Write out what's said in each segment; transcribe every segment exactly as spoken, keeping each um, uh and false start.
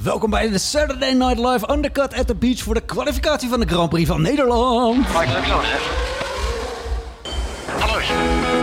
Welkom bij de Saturday Night Live Undercut at the Beach voor de kwalificatie van de Grand Prix van Nederland. Mike, look closer. Close.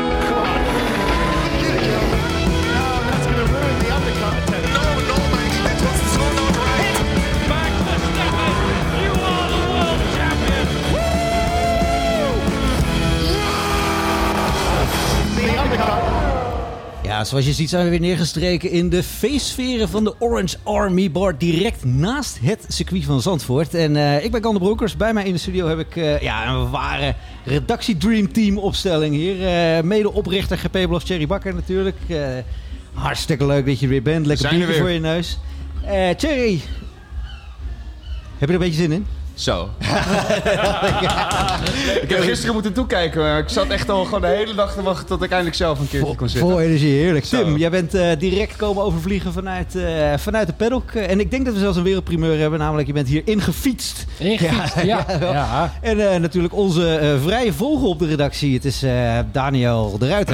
Ja, zoals je ziet zijn we weer neergestreken in de feestsferen van de Orange Army Bar direct naast het circuit van Zandvoort. En uh, ik ben Kan de Broekers. Bij mij in de studio heb ik uh, ja, een ware redactie Dream Team opstelling hier. Uh, Mede-oprichter G P Blog Thierry Bakker natuurlijk. Uh, hartstikke leuk dat je er weer bent. Lekker biertje voor je neus. Uh, Thierry, heb je er een beetje zin in? Zo. Ik heb gisteren moeten toekijken, maar ik zat echt al gewoon de hele dag te wachten tot ik eindelijk zelf een keertje kon zitten. Vol energie, heerlijk. Zo. Tim, jij bent uh, direct komen overvliegen vanuit, uh, vanuit de paddock. Uh, en ik denk dat we zelfs een wereldprimeur hebben, namelijk je bent hier ingefietst. Ingefietst, ja. ja, ja, ja. En uh, natuurlijk onze uh, vrije vogel op de redactie. Het is uh, Daniel de Ruiter.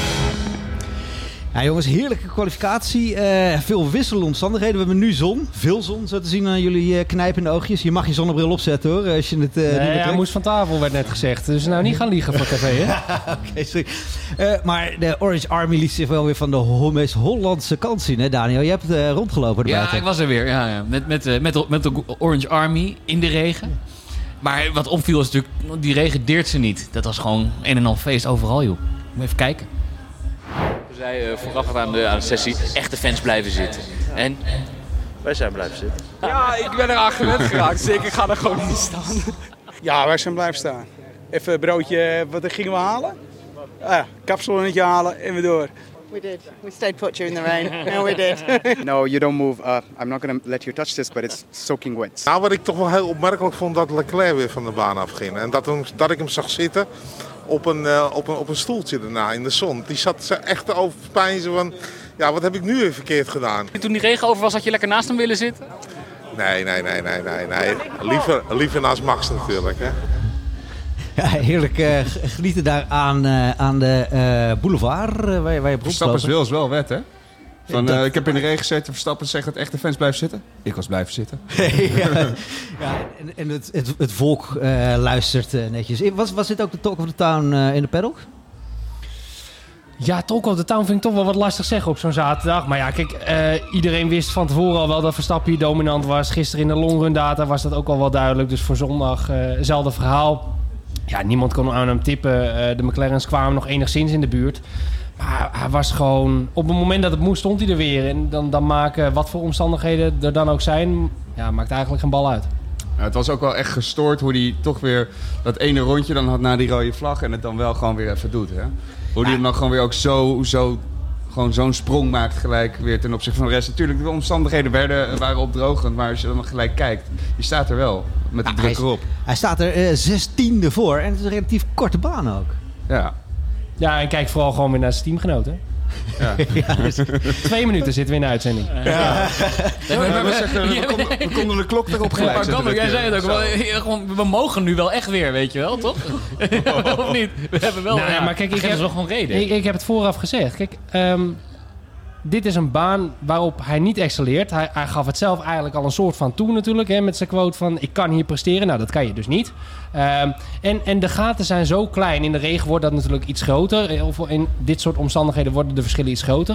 Ja, jongens, heerlijke kwalificatie. Uh, veel wisselende omstandigheden. We hebben nu zon. Veel zon, zo te zien aan jullie uh, knijpende oogjes. Je mag je zonnebril opzetten, hoor. Als je het uh, nee, niet hij moest van tafel, werd net gezegd. Dus nou niet gaan liegen voor tv, hè? Oké, okay, sorry. Uh, maar de Orange Army liet zich wel weer van de ho- meest Hollandse kant zien, hè, Daniel? Je hebt uh, rondgelopen Ja, buiten. ik was er weer. Ja, ja. Met, met, uh, met, de, met de Orange Army in de regen. Maar wat opviel is natuurlijk, die regen deert ze niet. Dat was gewoon een en al feest overal, joh. Moet je even kijken. We zeiden uh, vooraf aan de, aan de sessie, echte fans blijven zitten. En wij zijn blijven zitten. Ja, ik ben er aan gewend geraakt, zeker. Ik ga er gewoon niet staan. Ja, wij zijn blijven staan. Even een broodje, wat gingen we halen? Ah, ja, kapsalonnetje halen en weer door. We did. We stayed put during the rain. No, we did. No, you don't move. Uh, I'm not going to let you touch this, but it's soaking wet. Nou, wat ik toch wel heel opmerkelijk vond, dat Leclerc weer van de baan afging. En dat, hem, dat ik hem zag zitten op een, uh, op, een, op een stoeltje daarna in de zon. Die zat echt te overpeinzen van, ja, wat heb ik nu weer verkeerd gedaan? Toen die regen over was, had je lekker naast hem willen zitten? Nee, nee, nee, nee, nee. nee. Liever, liever naast Max natuurlijk, hè. Ja, heerlijk uh, genieten daar aan, uh, aan de uh, boulevard, uh, waar je, waar je Verstappen wil is wel wet, hè? Van, dat... uh, ik heb in de regen gezeten, Verstappen zegt dat echte fans blijven zitten. Ik was blijven zitten. ja, ja, en, en het, het, het volk uh, luistert uh, netjes. Was, was dit ook de talk of the town uh, in de paddock? Ja, talk of the town vind ik toch wel wat lastig zeggen op zo'n zaterdag. Maar ja, kijk, uh, iedereen wist van tevoren al wel dat Verstappen hier dominant was. Gisteren in de longrun data was dat ook al wel duidelijk. Dus voor zondag uh, hetzelfde verhaal. Ja, niemand kon aan hem tippen. Uh, de McLaren's kwamen nog enigszins in de buurt. Maar hij was gewoon... Op het moment dat het moest, stond hij er weer. En dan, dan maken wat voor omstandigheden er dan ook zijn... Ja, maakt eigenlijk geen bal uit. Ja, het was ook wel echt gestoord hoe hij toch weer dat ene rondje dan had na die rode vlag... en het dan wel gewoon weer even doet, hè? Hoe hij hem dan gewoon weer ook zo... zo gewoon zo'n sprong maakt gelijk weer ten opzichte van de rest. Natuurlijk, de omstandigheden werden, waren opdrogend, maar als je dan gelijk kijkt, je staat er wel met de ja, druk erop. Hij staat er uh, zestiende voor en het is een relatief korte baan ook. Ja. Ja, en kijk vooral gewoon weer naar zijn teamgenoten. Ja. ja, dus... Twee minuten zitten we in de uitzending. Ja. Ja. Ja, maar, maar we, zeggen, we, konden, we konden de klok erop gelijk ja, zetten. Maar jij zei het ook. Wel, we mogen nu wel echt weer, weet je wel, toch? Of niet? We hebben wel... Nou, ja, maar kijk, ik heb wel gewoon reden. Ik, ik heb het vooraf gezegd. Kijk, um, dit is een baan waarop hij niet excelleert. Hij, hij gaf het zelf eigenlijk al een soort van toe natuurlijk. Hè, met zijn quote van, ik kan hier presteren. Nou, dat kan je dus niet. Um, en, en de gaten zijn zo klein. In de regen wordt dat natuurlijk iets groter. Of in dit soort omstandigheden worden de verschillen iets groter.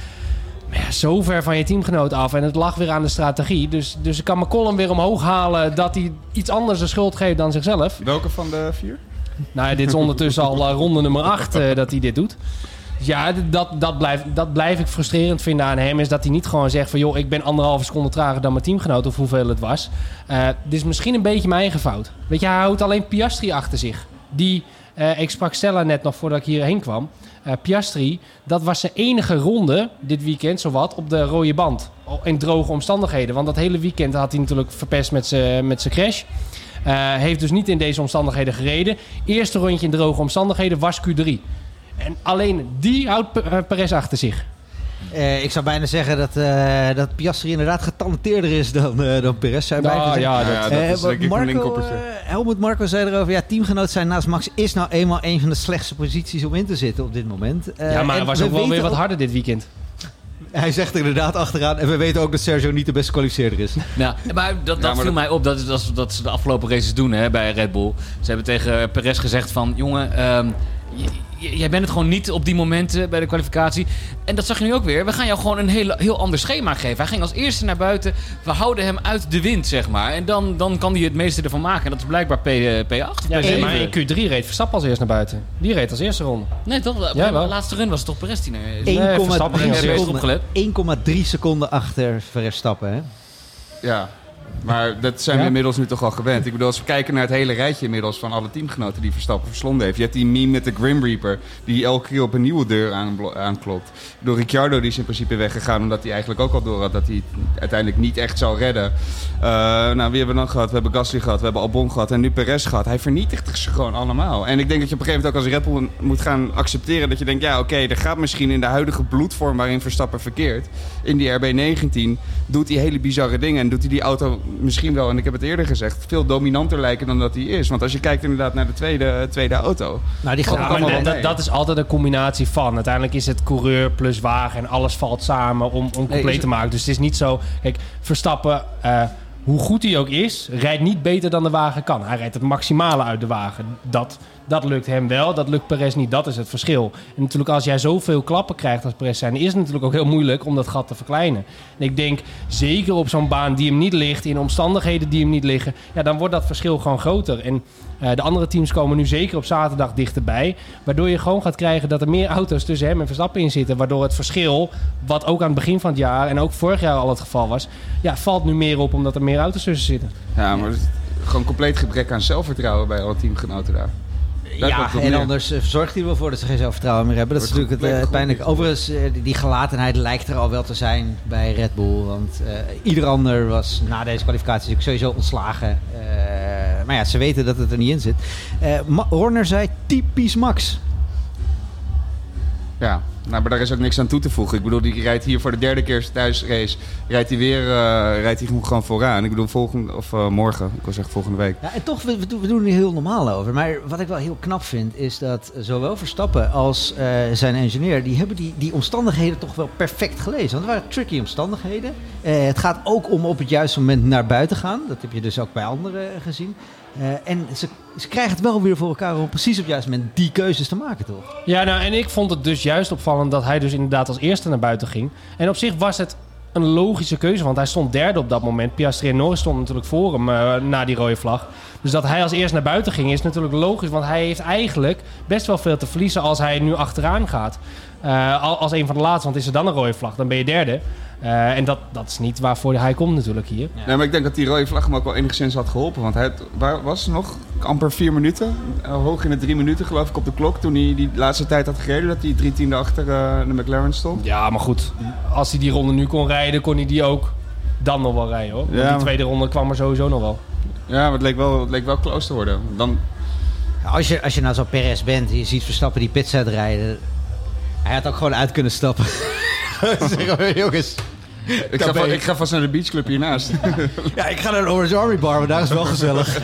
Maar ja, zo ver van je teamgenoot af. En het lag weer aan de strategie. Dus, dus ik kan mijn column weer omhoog halen dat hij iets anders de schuld geeft dan zichzelf. Welke van de vier? Nou ja, dit is ondertussen al uh, ronde nummer acht uh, dat hij dit doet. Ja, dat, dat, blijf, dat blijf ik frustrerend vinden aan hem. Is dat hij niet gewoon zegt van... joh, ik ben anderhalve seconde trager dan mijn teamgenoot... of hoeveel het was. Uh, dit is misschien een beetje mijn eigen fout. Weet je, hij houdt alleen Piastri achter zich. Die, uh, ik sprak Stella net nog voordat ik hierheen kwam. Uh, Piastri, dat was zijn enige ronde dit weekend... zowat op de rode band. In droge omstandigheden. Want dat hele weekend had hij natuurlijk verpest met zijn met zijn crash. Uh, heeft dus niet in deze omstandigheden gereden. Eerste rondje in droge omstandigheden was Q drie. En alleen die houdt Perez achter zich. Uh, ik zou bijna zeggen dat, uh, dat Piastri inderdaad getalenteerder is dan, uh, dan Perez. Zou je nou, bijna ja, dat, ja, dat uh, is denk ik Marco, een linkoppertje. Uh, Helmut Marko zei erover, ja, teamgenoot zijn naast Max is nou eenmaal een van de slechtste posities om in te zitten op dit moment. Uh, ja, maar hij was ook wel weer wat harder dit weekend. Hij zegt er inderdaad achteraan. En we weten ook dat Sergio niet de beste kwalificeerder is. Ja, maar dat, dat Ja, maar viel dat- mij op. Dat, dat, dat ze de afgelopen races doen hè, bij Red Bull. Ze hebben tegen Perez gezegd van... Jongen, ehm, j- j- jij bent het gewoon niet op die momenten bij de kwalificatie. En dat zag je nu ook weer. We gaan jou gewoon een heel, heel ander schema geven. Hij ging als eerste naar buiten. We houden hem uit de wind, zeg maar. En dan, dan kan hij het meeste ervan maken. En dat is blijkbaar P, P acht. Ja, P nee, zeven. maar in Q drie reed Verstappen als eerste naar buiten. Die reed als eerste ronde. Nee, toch? Ja, de wel. laatste run was het toch Perez die naar is. Nee, één komma Verstappen drie ging als eerste. seconden, Opgelet. één komma drie seconden achter Verstappen, hè? Ja, maar dat zijn we Ja? inmiddels nu toch al gewend. Ik bedoel, als we kijken naar het hele rijtje inmiddels van alle teamgenoten die Verstappen verslonden heeft. Je hebt die meme met de Grim Reaper die elke keer op een nieuwe deur aanblo- aanklopt. Door Ricciardo die is in principe weggegaan omdat hij eigenlijk ook al door had dat hij het uiteindelijk niet echt zou redden. Uh, nou, wie hebben we dan gehad? We hebben Gasly gehad, we hebben Albon gehad en nu Perez gehad. Hij vernietigt ze gewoon allemaal. En ik denk dat je op een gegeven moment ook als Red Bull moet gaan accepteren dat je denkt, ja oké, okay, er gaat misschien in de huidige bloedvorm waarin Verstappen verkeert, in die R B negentien, doet hij hele bizarre dingen en doet hij die auto misschien wel, en ik heb het eerder gezegd, veel dominanter lijken dan dat hij is. Want als je kijkt inderdaad naar de tweede, tweede auto. Nou, die gaat Ja, ook maar allemaal dat, wel dat, mee. dat is altijd een combinatie van. Uiteindelijk is het coureur plus wagen en alles valt samen om, om compleet is het- te maken. Dus het is niet zo... Kijk, Verstappen, eh, hoe goed hij ook is, rijdt niet beter dan de wagen kan. Hij rijdt het maximale uit de wagen. Dat, dat lukt hem wel, dat lukt Perez niet. Dat is het verschil. En natuurlijk als jij zoveel klappen krijgt als Perez zijn, is het natuurlijk ook heel moeilijk om dat gat te verkleinen. En ik denk, zeker op zo'n baan die hem niet ligt, in omstandigheden die hem niet liggen, ja, dan wordt dat verschil gewoon groter. En uh, de andere teams komen nu zeker op zaterdag dichterbij, waardoor je gewoon gaat krijgen dat er meer auto's tussen hem en Verstappen in zitten, waardoor het verschil, wat ook aan het begin van het jaar en ook vorig jaar al het geval was, ja, valt nu meer op omdat er meer auto's tussen zitten. Ja, maar het is gewoon compleet gebrek aan zelfvertrouwen bij alle teamgenoten daar. Daar komt Ja, het op en neer. anders uh, zorgt hij er wel voor dat ze geen zelfvertrouwen meer hebben. Dat is Wordt natuurlijk het uh, compleet pijnlijke. Overigens, uh, die, die gelatenheid lijkt er al wel te zijn bij Red Bull. Want uh, ieder ander was na deze kwalificatie natuurlijk sowieso ontslagen. Uh, maar ja, ze weten dat het er niet in zit. Uh, Ma- Horner zei typisch Max. Ja, nou, maar daar is ook niks aan toe te voegen. Ik bedoel, die rijdt hier voor de derde keer thuisrace. Rijdt hij weer uh, rijdt hij gewoon vooraan. Ik bedoel, volgende, of uh, morgen. Ik wil zeggen volgende week. Ja, en toch, we, we doen- we doen er niet heel normaal over. Maar wat ik wel heel knap vind, is dat zowel Verstappen als uh, zijn engineer, die hebben die, die omstandigheden toch wel perfect gelezen. Want het waren tricky omstandigheden. Uh, het gaat ook om op het juiste moment naar buiten gaan. Dat heb je dus ook bij anderen uh, gezien. Uh, en ze, ze krijgen het wel weer voor elkaar om precies op het juiste moment die keuzes te maken, toch? Ja, nou, en ik vond het dus juist opvallend dat hij dus inderdaad als eerste naar buiten ging. En op zich was het een logische keuze, want hij stond derde op dat moment. Piastri en Norris stonden natuurlijk voor hem uh, na die rode vlag. Dus dat hij als eerste naar buiten ging is natuurlijk logisch, want hij heeft eigenlijk best wel veel te verliezen als hij nu achteraan gaat. Uh, als een van de laatste, want is er dan een rode vlag, dan ben je derde. Uh, en dat, dat is niet waarvoor hij komt natuurlijk hier. Ja. Nee, maar ik denk dat die rode vlag hem ook wel enigszins had geholpen. Want hij waar was nog amper vier minuten. Uh, hoog in de drie minuten geloof ik op de klok. Toen hij die laatste tijd had gereden. Dat hij drie tiende achter uh, de McLaren stond. Ja, maar goed. Als hij die ronde nu kon rijden, kon hij die ook dan nog wel rijden, hoor. Want Ja, die maar- tweede ronde kwam er sowieso nog wel. Ja, maar het leek wel, het leek wel close te worden. Dan, Ja, als, je, als je nou zo Perez bent en je ziet Verstappen die pits uitrijden, hij had ook gewoon uit kunnen stappen. Zeg, jongens. ik, ga, va- ik ga vast naar de beachclub hiernaast. Ja, ik ga naar de Orange Army Bar, maar daar is het wel gezellig.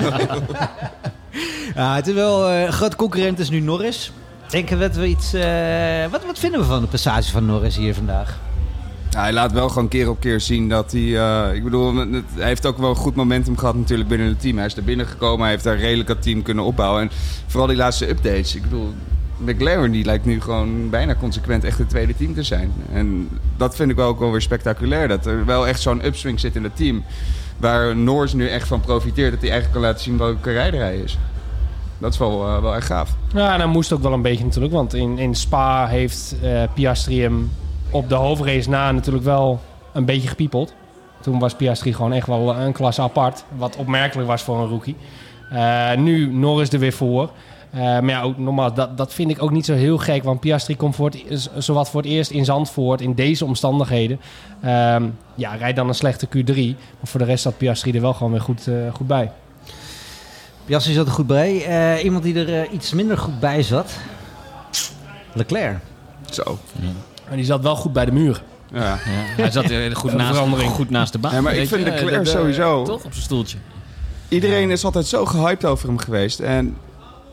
Ja, het is wel uh, een grote concurrent is nu Norris. Denken we dat we iets... Uh, wat, wat vinden we van de prestatie van Norris hier vandaag? Ja, hij laat wel gewoon keer op keer zien dat hij... Uh, ik bedoel, het- hij heeft ook wel een goed momentum gehad natuurlijk binnen het team. Hij is er binnengekomen, hij heeft daar redelijk het team kunnen opbouwen. En vooral die laatste updates. Ik bedoel, McLaren die lijkt nu gewoon bijna consequent echt het tweede team te zijn. En dat vind ik wel ook wel weer spectaculair. Dat er wel echt zo'n upswing zit in het team. Waar Norris nu echt van profiteert. Dat hij eigenlijk kan laten zien welke rijder hij is. Dat is wel, uh, wel erg gaaf. Ja, en hij moest ook wel een beetje natuurlijk. Want in, in Spa heeft uh, Piastri hem op de hoofdrace na natuurlijk wel een beetje gepiepeld. Toen was Piastri gewoon echt wel een klasse apart. Wat opmerkelijk was voor een rookie. Uh, nu Norris er weer voor. Uh, maar ja, ook nogmaals, dat, dat vind ik ook niet zo heel gek. Want Piastri komt voor het, zowat voor het eerst in Zandvoort in deze omstandigheden. Um, ja, rijdt dan een slechte Q drie. Maar voor de rest zat Piastri er wel gewoon weer goed, uh, goed bij. Piastri zat er goed bij. Uh, iemand die er uh, iets minder goed bij zat. Leclerc. Zo. Ja. En die zat wel goed bij de muur. Ja. Ja, hij zat er goed Een naast, verandering. goed naast de baan. Ja, maar ik weet vind je, Leclerc de- de- sowieso- Toch op zijn stoeltje. Iedereen is altijd zo gehyped over hem geweest. En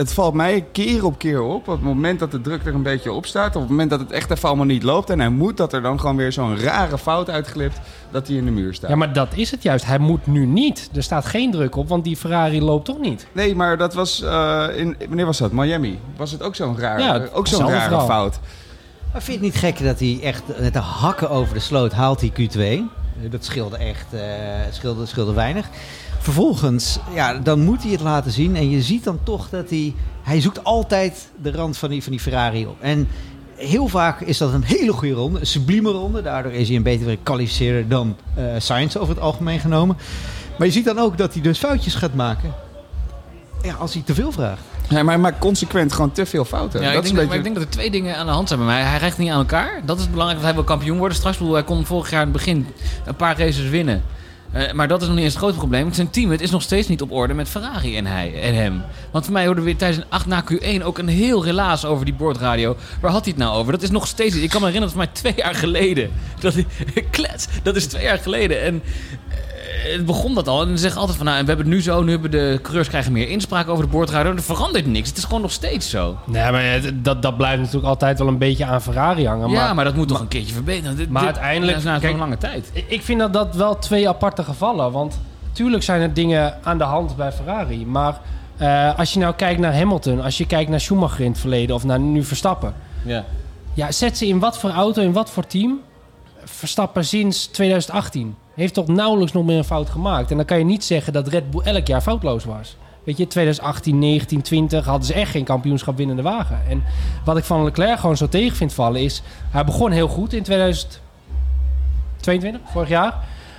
het valt mij keer op keer op. Op het moment dat de druk er een beetje op staat. Op het moment dat het echt even allemaal niet loopt. En hij moet dat er dan gewoon weer zo'n rare fout uitglipt. Dat hij in de muur staat. Ja, maar dat is het juist. Hij moet nu niet. Er staat geen druk op, want die Ferrari loopt toch niet. Nee, maar dat was... Uh, in, wanneer was dat? Miami. Was het ook zo'n raar, ja, ook zo'n rare verhaal. fout. Maar vind je het niet gek dat hij echt met de hakken over de sloot haalt die Q twee? Dat scheelde echt uh, scheelde, scheelde weinig. Vervolgens, ja, dan moet hij het laten zien. En je ziet dan toch dat hij... Hij zoekt altijd de rand van die, van die Ferrari op. En heel vaak is dat een hele goede ronde. Een sublieme ronde. Daardoor is hij een betere kwalificeerder dan uh, Sainz over het algemeen genomen. Maar je ziet dan ook dat hij dus foutjes gaat maken. Ja, als hij te veel vraagt. Ja, maar hij maakt consequent gewoon te veel fouten. Ja, dat ik, denk, is beetje... maar ik denk dat er twee dingen aan de hand zijn bij mij. Hij rijgt niet aan elkaar. Dat is belangrijk, want hij wil kampioen worden. Straks, bedoel, hij kon vorig jaar in het begin een paar races winnen. Uh, maar dat is nog niet eens het grote probleem. Zijn team het is nog steeds niet op orde met Ferrari en, hij, en hem. Want voor mij hoorden we weer tijdens een acht na Q één ook een heel relaas over die boordradio. Waar had hij het nou over? Dat is nog steeds... Ik kan me herinneren, dat is voor mij twee jaar geleden. Dat, klets, dat is twee jaar geleden. En... Het begon dat al en ze zeggen altijd van nou, en we hebben het nu zo, nu hebben de coureurs krijgen meer inspraak over de boordradio. Er verandert niks. Het is gewoon nog steeds zo. Nee, maar dat, dat blijft natuurlijk altijd wel een beetje aan Ferrari hangen. Ja, maar, maar dat moet toch een keertje verbeteren. Dit, maar dit, uiteindelijk, dat is na kijk, zo'n lange tijd. Ik vind dat dat wel twee aparte gevallen. Want tuurlijk zijn er dingen aan de hand bij Ferrari. Maar uh, als je nou kijkt naar Hamilton, als je kijkt naar Schumacher in het verleden of naar nu Verstappen. Ja. Ja, zet ze in wat voor auto, in wat voor team. Verstappen sinds twintig achttien heeft toch nauwelijks nog meer een fout gemaakt. En dan kan je niet zeggen dat Red Bull elk jaar foutloos was. Weet je, twintig achttien, negentien, twintig hadden ze echt geen kampioenschap winnende wagen. En wat ik van Leclerc gewoon zo tegen vind vallen is... Hij begon heel goed in twintig tweeëntwintig, vorig jaar.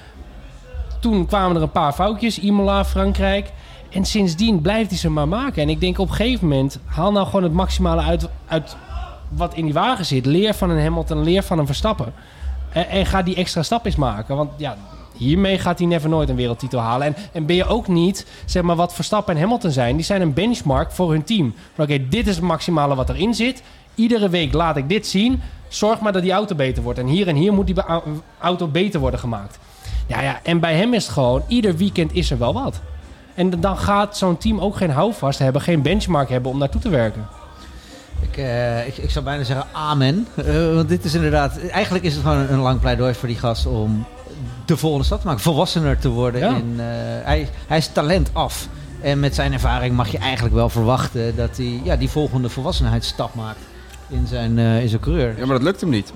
Toen kwamen er een paar foutjes, Imola, Frankrijk. En sindsdien blijft hij ze maar maken. En ik denk op een gegeven moment, haal nou gewoon het maximale uit, uit wat in die wagen zit. Leer van een Hamilton, leer van een Verstappen. En, en ga die extra stap eens maken. Want ja, hiermee gaat hij never nooit een wereldtitel halen. En, en ben je ook niet, zeg maar, wat Verstappen en Hamilton zijn. Die zijn een benchmark voor hun team. Oké, okay, dit is het maximale wat erin zit. Iedere week laat ik dit zien. Zorg maar dat die auto beter wordt. En hier en hier moet die auto beter worden gemaakt. Ja, ja, en bij hem is het gewoon, ieder weekend is er wel wat. En dan gaat zo'n team ook geen houvast hebben, geen benchmark hebben om naartoe te werken. Ik, uh, ik, ik zou bijna zeggen amen. Uh, want dit is inderdaad... Eigenlijk is het gewoon een, een lang pleidooi voor die gast om de volgende stap te maken. Volwassener te worden. Ja. In, uh, hij, hij is talent af. En met zijn ervaring mag je eigenlijk wel verwachten dat hij ja, die volgende volwassenheidsstap maakt in zijn, uh, in zijn coureur. Ja, maar dat lukt hem niet.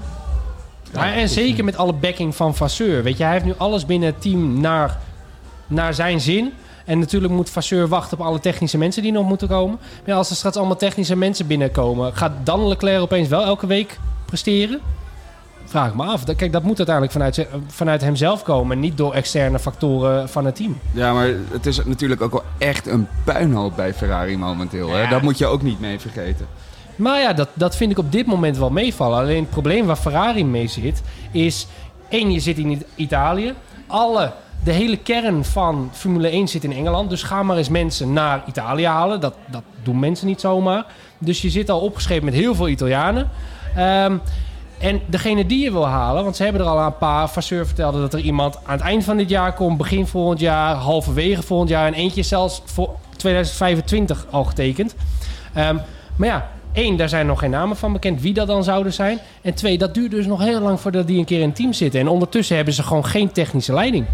Ja, en zeker met alle backing van Vasseur. Weet je, hij heeft nu alles binnen het team naar, naar zijn zin. En natuurlijk moet Vasseur wachten op alle technische mensen die nog moeten komen. Maar als er straks allemaal technische mensen binnenkomen, gaat dan Leclerc opeens wel elke week presteren? Vraag ik me af. Kijk, dat moet uiteindelijk vanuit, vanuit hemzelf komen. En niet door externe factoren van het team. Ja, maar het is natuurlijk ook wel echt een puinhoop bij Ferrari momenteel. Hè? Ja. Dat moet je ook niet mee vergeten. Maar ja, dat, dat vind ik op dit moment wel meevallen. Alleen het probleem waar Ferrari mee zit is... één, je zit in Italië. Alle, de hele kern van Formule één zit in Engeland. Dus ga maar eens mensen naar Italië halen. Dat, dat doen mensen niet zomaar. Dus je zit al opgeschreven met heel veel Italianen. Um, en degene die je wil halen... want ze hebben er al een paar... Vasseur vertelde dat er iemand aan het eind van dit jaar komt... begin volgend jaar, halverwege volgend jaar... en eentje zelfs voor twintig vijfentwintig al getekend. Um, maar ja... Eén, daar zijn nog geen namen van bekend wie dat dan zouden zijn. En twee, dat duurt dus nog heel lang voordat die een keer in het team zitten. En ondertussen hebben ze gewoon geen technische leiding.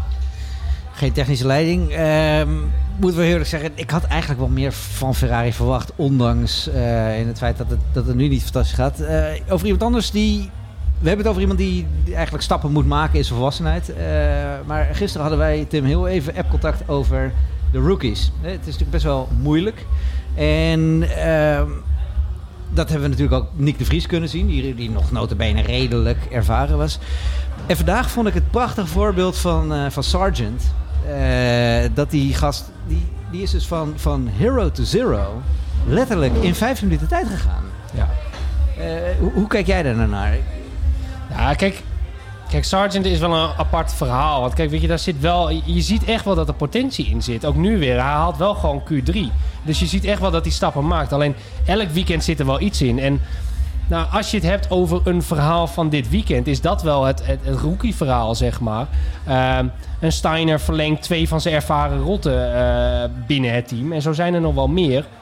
Geen technische leiding. Um, moeten we eerlijk zeggen, ik had eigenlijk wel meer van Ferrari verwacht. Ondanks uh, in het feit dat het, dat het nu niet fantastisch gaat. Uh, over iemand anders die... We hebben het over iemand die eigenlijk stappen moet maken in zijn volwassenheid. Uh, maar gisteren hadden wij, Tim, heel even appcontact over de rookies. Het is natuurlijk best wel moeilijk. En... Uh, dat hebben we natuurlijk ook Nick de Vries kunnen zien, die, die nog nota bene redelijk ervaren was. En vandaag vond ik het prachtig voorbeeld van, uh, van Sargent. Uh, dat die gast, die, die is dus van, van hero to zero letterlijk in vijf minuten tijd gegaan. Ja. Uh, hoe, hoe kijk jij daar naar? Ja, kijk, kijk, Sargent is wel een apart verhaal. Want kijk, weet je, daar zit wel, je ziet echt wel dat er potentie in zit. Ook nu weer, hij haalt wel gewoon Q drie. Dus je ziet echt wel dat hij stappen maakt. Alleen elk weekend zit er wel iets in. En nou, als je het hebt over een verhaal van dit weekend... is dat wel het, het, het rookie-verhaal, zeg maar. Uh, een Steiner verlengt twee van zijn ervaren rotten uh, binnen het team. En zo zijn er nog wel meer.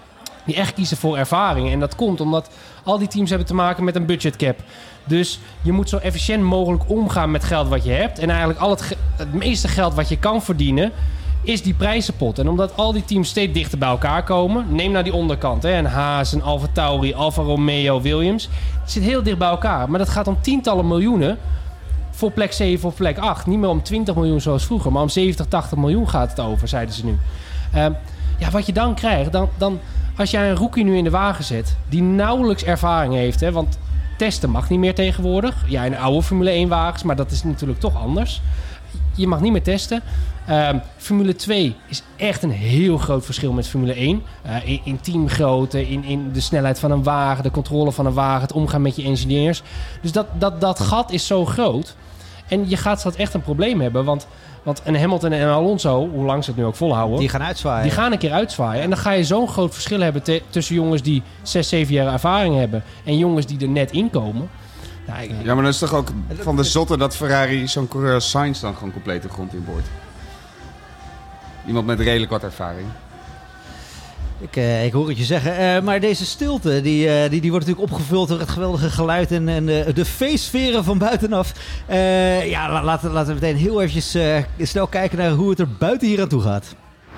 die echt kiezen voor ervaring. En dat komt omdat al die teams hebben te maken met een budgetcap. Dus je moet zo efficiënt mogelijk omgaan met geld wat je hebt. En eigenlijk al het, ge- het meeste geld wat je kan verdienen is die prijzenpot. En omdat al die teams steeds dichter bij elkaar komen, neem nou die onderkant, hè, een Haas, een Alfa Tauri, Alfa Romeo, Williams. Het zit heel dicht bij elkaar. Maar dat gaat om tientallen miljoenen voor plek zeven of plek acht. Niet meer om twintig miljoen zoals vroeger, maar om zeventig, tachtig miljoen gaat het over, zeiden ze nu. Uh, ja, wat je dan krijgt, dan, dan als jij een rookie nu in de wagen zet, die nauwelijks ervaring heeft, hè, want testen mag niet meer tegenwoordig. Ja, in oude Formule één wagens, maar dat is natuurlijk toch anders. Je mag niet meer testen. Uh, Formule twee is echt een heel groot verschil met Formule één. Uh, in, in teamgrootte, in, in de snelheid van een wagen, de controle van een wagen, het omgaan met je engineers. Dus dat, dat, dat gat is zo groot. En je gaat straks echt een probleem hebben, want, want een Hamilton en een Alonso, hoe lang ze het nu ook volhouden, Die gaan uitzwaaien. die gaan een keer uitzwaaien. En dan ga je zo'n groot verschil hebben te- tussen jongens die zes, zeven jaar ervaring hebben en jongens die er net in komen. Nou, ik- Ja, maar dan is toch ook van de zotte dat Ferrari zo'n coureur Sainz dan gewoon compleet de grond in boort. Iemand met redelijk wat ervaring. Ik, uh, ik hoor het je zeggen. Uh, maar deze stilte die, uh, die, die wordt natuurlijk opgevuld door het geweldige geluid en, en uh, de feestsferen van buitenaf. Uh, ja, la, laten, laten we meteen heel eventjes uh, snel kijken naar hoe het er buiten hier aan toe gaat.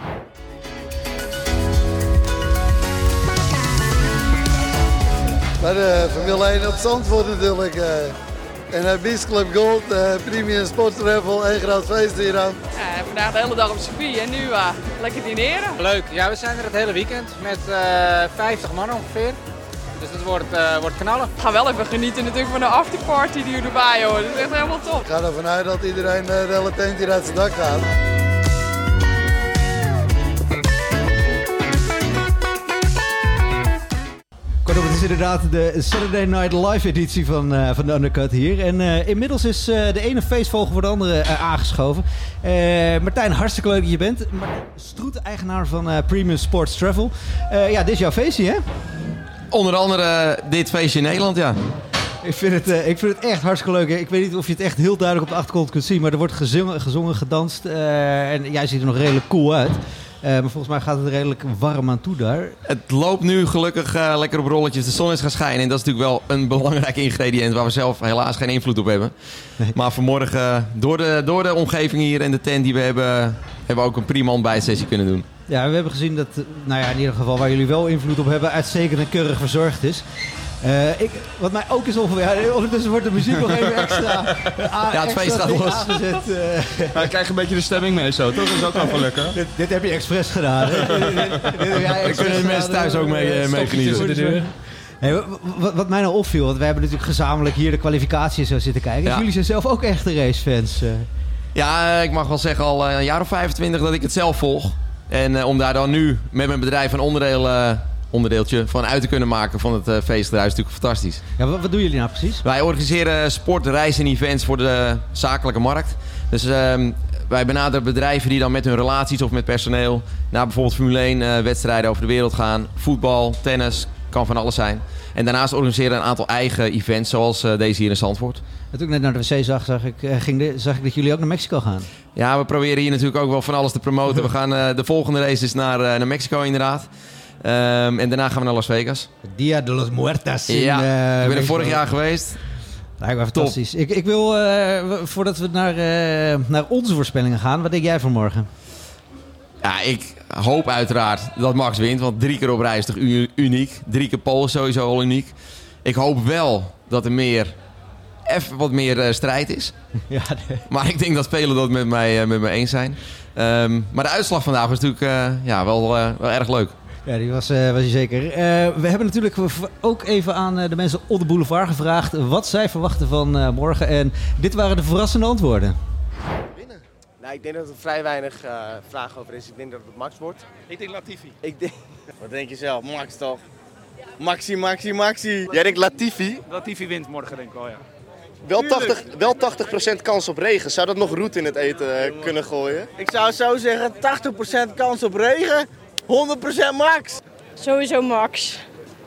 Bij de Formule één op Zandvoort natuurlijk. Uh, en uh, Beast Club Gold, uh, Premium Sport Travel, één groot feest hier aan. Ja, vandaag de hele dag op het circuit en nu uh, lekker dineren. Leuk, ja we zijn er het hele weekend met uh, vijftig man ongeveer. Dus dat wordt, uh, wordt knallen. We gaan wel even genieten natuurlijk van de afterparty die erbij hoor. Dat is echt helemaal top. Ik ga ervan uit dat iedereen uh, de hele tent hier uit zijn dak gaat. Kortom, het is inderdaad de Saturday Night Live editie van, uh, van de Undercut hier. En uh, inmiddels is uh, de ene feestvogel voor de andere uh, aangeschoven. Uh, Martijn, hartstikke leuk dat je bent. Martijn Stroet, eigenaar van uh, Premium Sports Travel. Uh, ja, dit is jouw feestje, hè? Onder andere uh, dit feestje in Nederland, ja. Ik vind, het, uh, ik vind het echt hartstikke leuk. Ik weet niet of je het echt heel duidelijk op de achtergrond kunt zien. Maar er wordt gezongen, gezongen gedanst. Uh, en jij ziet er nog redelijk cool uit. Uh, maar volgens mij gaat het redelijk warm aan toe daar. Het loopt nu gelukkig uh, lekker op rolletjes. De zon is gaan schijnen. En dat is natuurlijk wel een belangrijk ingrediënt waar we zelf helaas geen invloed op hebben. Nee. Maar vanmorgen, uh, door de, door de omgeving hier en de tent die we hebben, hebben we ook een prima ontbijtsessie kunnen doen. Ja, we hebben gezien dat, nou ja, in ieder geval waar jullie wel invloed op hebben, uitstekend en keurig verzorgd is. Uh, ik, wat mij ook is opgevallen, ja, ondertussen wordt de muziek nog even extra. Uh, ja, het feest gaat los. Uh. Ja, ik krijg een beetje de stemming mee zo, toch? Dat is ook wel van lekker. Dit, dit heb je expres gedaan. Daar kunnen de mensen thuis ook mee, uh, mee genieten. Hey, wat, wat mij nou opviel, want wij hebben natuurlijk gezamenlijk hier de kwalificatie zo zitten kijken. Ja. Jullie zijn zelf ook echte racefans. Uh. Ja, ik mag wel zeggen al een jaar of vijfentwintig dat ik het zelf volg. En uh, om daar dan nu met mijn bedrijf een onderdeel... Uh, onderdeeltje van uit te kunnen maken van het uh, feest. Dat is natuurlijk fantastisch. Ja, wat, wat doen jullie nou precies? Wij organiseren sport, reizen en events voor de zakelijke markt. Dus uh, wij benaderen bedrijven die dan met hun relaties of met personeel naar bijvoorbeeld Formule één uh, wedstrijden over de wereld gaan. Voetbal, tennis, kan van alles zijn. En daarnaast organiseren we een aantal eigen events zoals uh, deze hier in Zandvoort. Toen ik net naar de wc zag, zag ik, uh, ging de, zag ik dat jullie ook naar Mexico gaan. Ja, we proberen hier natuurlijk ook wel van alles te promoten. We gaan uh, de volgende race is naar, uh, naar Mexico inderdaad. Um, en daarna gaan we naar Las Vegas. Dia de los Muertas. In, ja, uh, ik ben er vorig Mexico. jaar geweest. Lijkt me fantastisch. Ik, ik wil, uh, voordat we naar, uh, naar onze voorspellingen gaan, wat denk jij van morgen? Ja, ik hoop uiteraard dat Max wint. Want drie keer op rij is toch uniek. Drie keer pole is sowieso al uniek. Ik hoop wel dat er meer, even wat meer uh, strijd is. Ja, nee. Maar ik denk dat spelers dat met mij, uh, met mij eens zijn. Um, maar de uitslag vandaag was natuurlijk uh, ja, wel, uh, wel erg leuk. Ja, die was, uh, was hij zeker. Uh, we hebben natuurlijk ook even aan uh, de mensen op de boulevard gevraagd wat zij verwachten van uh, morgen. En dit waren de verrassende antwoorden. Winnen? Nou, ik denk dat er vrij weinig uh, vragen over is. Ik denk dat het Max wordt. Ik denk Latifi. Ik denk... Wat denk je zelf? Max toch? Maxi, Maxi, Maxi. Jij denkt Latifi? Latifi wint morgen denk ik wel, ja. Wel tachtig, wel tachtig procent kans op regen. Zou dat nog roet in het eten uh, kunnen gooien? Ik zou zo zeggen, tachtig procent kans op regen. honderd procent Max. Sowieso Max.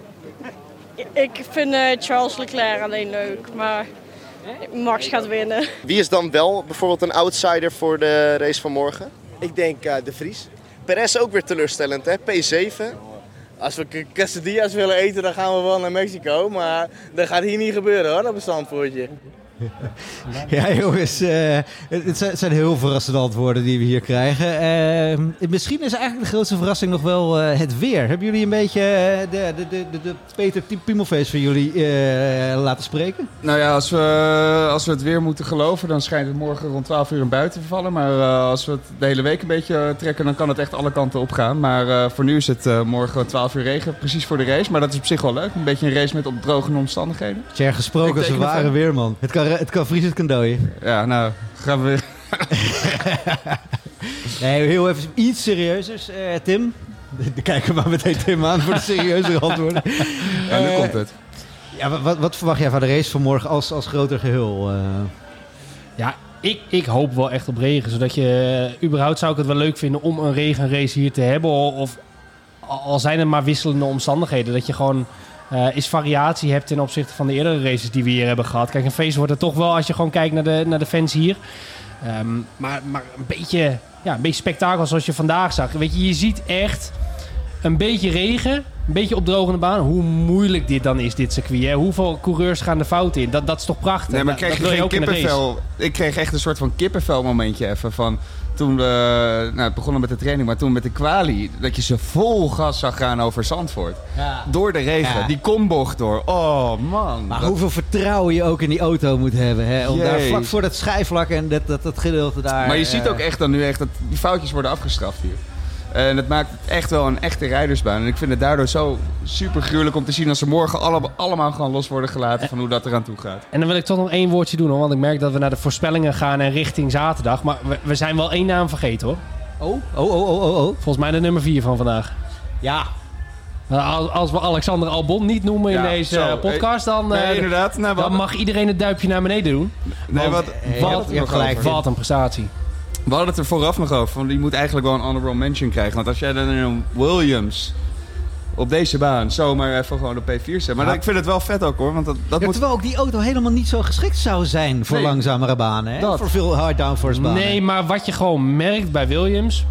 Ik vind uh, Charles Leclerc alleen leuk, maar Max gaat winnen. Wie is dan wel bijvoorbeeld een outsider voor de race van morgen? Ik denk uh, De Vries. Perez ook weer teleurstellend, hè? P zeven. Als we quesadillas willen eten, dan gaan we wel naar Mexico. Maar dat gaat hier niet gebeuren hoor, op een Zandvoortje. Ja, jongens, uh, het zijn, het zijn heel verrassende antwoorden die we hier krijgen. Uh, misschien is eigenlijk de grootste verrassing nog wel uh, het weer. Hebben jullie een beetje uh, de, de, de, de Peter Piemelfeest van jullie uh, laten spreken? Nou ja, als we, als we het weer moeten geloven, dan schijnt het morgen rond twaalf uur een bui te vallen. Maar uh, als we het de hele week een beetje trekken, dan kan het echt alle kanten op gaan. Maar uh, voor nu is het uh, morgen twaalf uur regen, precies voor de race. Maar dat is op zich wel leuk. Een beetje een race met opdrogende omstandigheden. Tja, gesproken als een ware weerman. Het kan, het kan vriezen, het kan dooien. Ja, nou, gaan we weer. Nee, heel even iets serieuzers. Uh, Tim, dan kijken we maar meteen Tim aan voor de serieuze antwoorden. Ja, nu uh, komt het. Ja, wat, wat verwacht jij van de race van morgen als, als groter geheel? Uh... Ja, ik, ik hoop wel echt op regen. Zodat je, uh, überhaupt zou ik het wel leuk vinden om een regenrace hier te hebben. Of al zijn het maar wisselende omstandigheden. Dat je gewoon uh, eens variatie hebt ten opzichte van de eerdere races die we hier hebben gehad. Kijk, een feest wordt het toch wel als je gewoon kijkt naar de, naar de fans hier. Um, maar, maar een beetje, ja, een beetje spektakel zoals je vandaag zag. Weet je, je ziet echt een beetje regen, een beetje opdrogende baan. Hoe moeilijk dit dan is, dit circuit. Hè? Hoeveel coureurs gaan de fout in? Dat, dat is toch prachtig? Nee, maar dat, kreeg dat je wil geen je ook in de race. kippenvel? Ik kreeg echt een soort van kippenvel momentje even van toen we, nou, het begonnen met de training, maar toen met de quali, dat je ze vol gas zag gaan over Zandvoort. Ja. Door de regen, Ja. die kombocht door. Oh man. Maar dat... hoeveel vertrouwen je ook in die auto moet hebben. Hè? Om Jeez. daar vlak voor dat schijfvlak en dat, dat, dat gedeelte daar... Maar je ziet uh, ook echt dan nu echt dat die foutjes worden afgestraft hier. En het maakt het echt wel een echte rijdersbaan. En ik vind het daardoor zo super gruwelijk om te zien als ze morgen alle, allemaal gewoon los worden gelaten van hoe dat eraan toe gaat. En dan wil ik toch nog één woordje doen, hoor. Want ik merk dat we naar de voorspellingen gaan en richting zaterdag. Maar we, we zijn wel één naam vergeten, hoor. Oh, oh, oh, oh, oh, oh. Volgens mij de nummer vier van vandaag. Ja. Als, als we Alexander Albon niet noemen in Ja, deze zo. podcast, dan, Nee, uh, inderdaad. Nou, dan wat- mag iedereen het duimpje naar beneden doen. Nee, Want wat, Hey, wat, je hebt- je hebt gelijk. Wat een prestatie. We hadden het er vooraf nog over. Want die moet eigenlijk wel een honorable mention krijgen. Want als jij dan een Williams op deze baan zomaar even gewoon op P vier zet. Maar Ja. ik vind het wel vet ook hoor. Want dat, dat Ja, moet... terwijl ook die auto helemaal niet zo geschikt zou zijn voor Nee. langzamere banen. Hè? Dat. Voor veel hard downforce banen. Nee, maar wat je gewoon merkt bij Williams,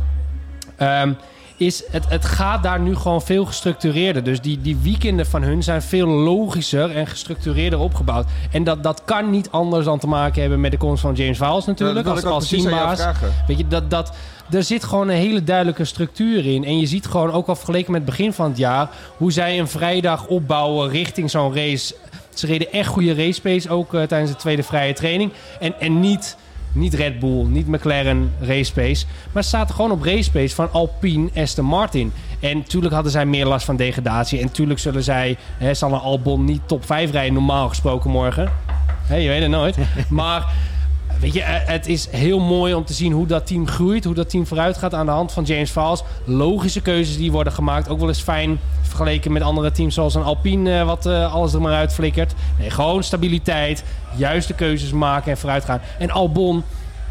Um, is het, het gaat daar nu gewoon veel gestructureerder. Dus die, die weekenden van hun zijn veel logischer en gestructureerder opgebouwd. En dat, dat kan niet anders dan te maken hebben met de komst van James Vowles natuurlijk. Dat als wil ik ook als precies aan jou teambaas. vragen. Weet je, dat, dat, er zit gewoon een hele duidelijke structuur in. En je ziet gewoon ook al vergeleken met het begin van het jaar hoe zij een vrijdag opbouwen richting zo'n race. Ze reden echt goede race pace, ook uh, tijdens de tweede vrije training. En, en niet... Niet Red Bull, niet McLaren race pace. Maar ze zaten gewoon op race pace van Alpine, Aston Martin. En natuurlijk hadden zij meer last van degradatie. En natuurlijk zullen zij, hè, zal een Albon niet top vijf rijden normaal gesproken morgen. Hè, je weet het nooit. Maar weet je, het is heel mooi om te zien hoe dat team groeit. Hoe dat team vooruit gaat aan de hand van James Vowles. Logische keuzes die worden gemaakt. Ook wel eens fijn vergeleken met andere teams zoals een Alpine, uh, wat uh, alles er maar uit flikkert. Nee, gewoon stabiliteit. Juiste keuzes maken en vooruit gaan. En Albon,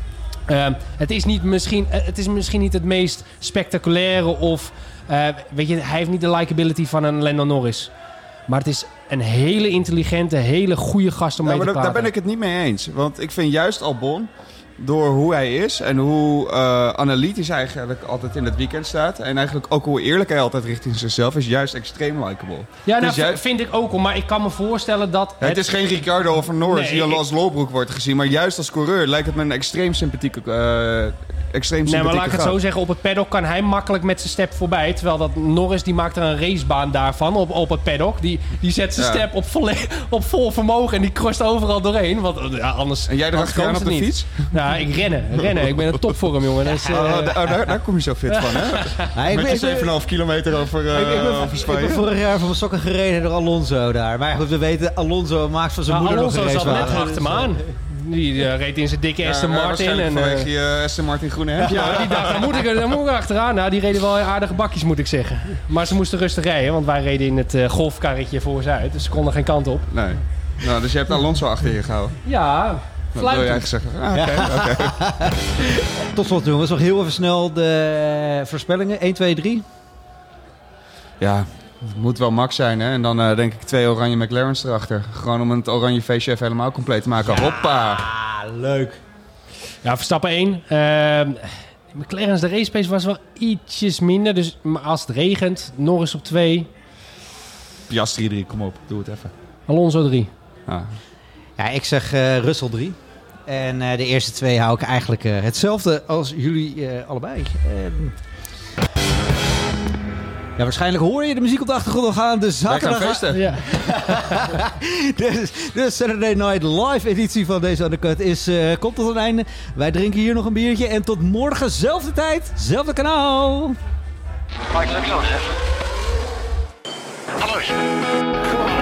uh, het, is niet misschien, uh, het is misschien niet het meest spectaculaire of... Uh, weet je, hij heeft niet de likability van een Lando Norris. Maar het is een hele intelligente, hele goede gast om Ja, mee maar te daar, praten. daar ben ik het niet mee eens. Want ik vind juist Albon, door hoe hij is en hoe uh, analytisch hij eigenlijk altijd in het weekend staat. En eigenlijk ook hoe eerlijk hij altijd richting zichzelf is, juist extreem likable. Ja, nou, Dus jij- v- vind ik ook. Maar ik kan me voorstellen dat... Ja, het is geen Ricardo of een Norris Nee, die al ik- als lolbroek wordt gezien. Maar juist als coureur lijkt het me een extreem sympathieke, uh, extreem Nee, maar sympathieke laat ik het gast. zo zeggen. Op het paddock kan hij makkelijk met zijn step voorbij. Terwijl dat Norris, die maakt er een racebaan daarvan op, op het paddock. Die, die zet zijn Ja. step op vol, op vol vermogen en die crost overal doorheen. Want ja, anders... En jij anders erachteraan komt op het de niet. fiets? Ja, ik rennen. rennen. Ik ben in topvorm, jongen. Dus, uh, Oh, da- oh, daar, daar kom je zo fit van, hè? Ja, ik Met ben- je zeven komma vijf kilometer over, uh, Ik, ik, ben, over ik Spanje. ben vorig jaar van mijn sokken gereden door Alonso daar. Maar goed, we weten, Alonso maakt van zijn nou, moeder Alonso nog een zat net racewagen. achter me aan. Die uh, reed in zijn dikke Ja, Aston ja, Martin. waarschijnlijk En, uh, vanwege je uh, Aston Martin groene hemd. ja, die dacht, daar moet, ik, daar moet ik achteraan. Nou, die reden wel aardige bakjes, moet ik zeggen. Maar ze moesten rustig rijden, want wij reden in het uh, golfkarretje voor ze uit. Dus ze konden geen kant op. Nee. Nou, dus je hebt Alonso achter je gehouden. Ja, Dat wil fluitend. je eigenlijk zeggen. Ah, oké, oké. Tot slot jongens, nog heel even snel de voorspellingen. één, twee, drie. Ja, het moet wel max zijn, hè. En dan uh, denk ik twee oranje McLaren's erachter. Gewoon om het oranje feestje even helemaal compleet te maken. Hoppa! Ah, leuk. Ja, Verstappen één. Uh, McLaren's de race pace was wel ietsjes minder. Dus maar als het regent, Norris op twee. Piastri drie, kom op, doe het even. Alonso drie. Ah. Ja, ik zeg uh, Russell drie. En uh, de eerste twee hou ik eigenlijk uh, hetzelfde als jullie uh, allebei. Um, ja, waarschijnlijk hoor je de muziek op de achtergrond al gaan. De zaterdag... Wij gaan feesten. Ja. de, de Saturday Night Live editie van deze Undercut is, uh, komt tot een einde. Wij drinken hier nog een biertje. En tot morgen, zelfde tijd, zelfde kanaal. Mike, let's go, Hallo.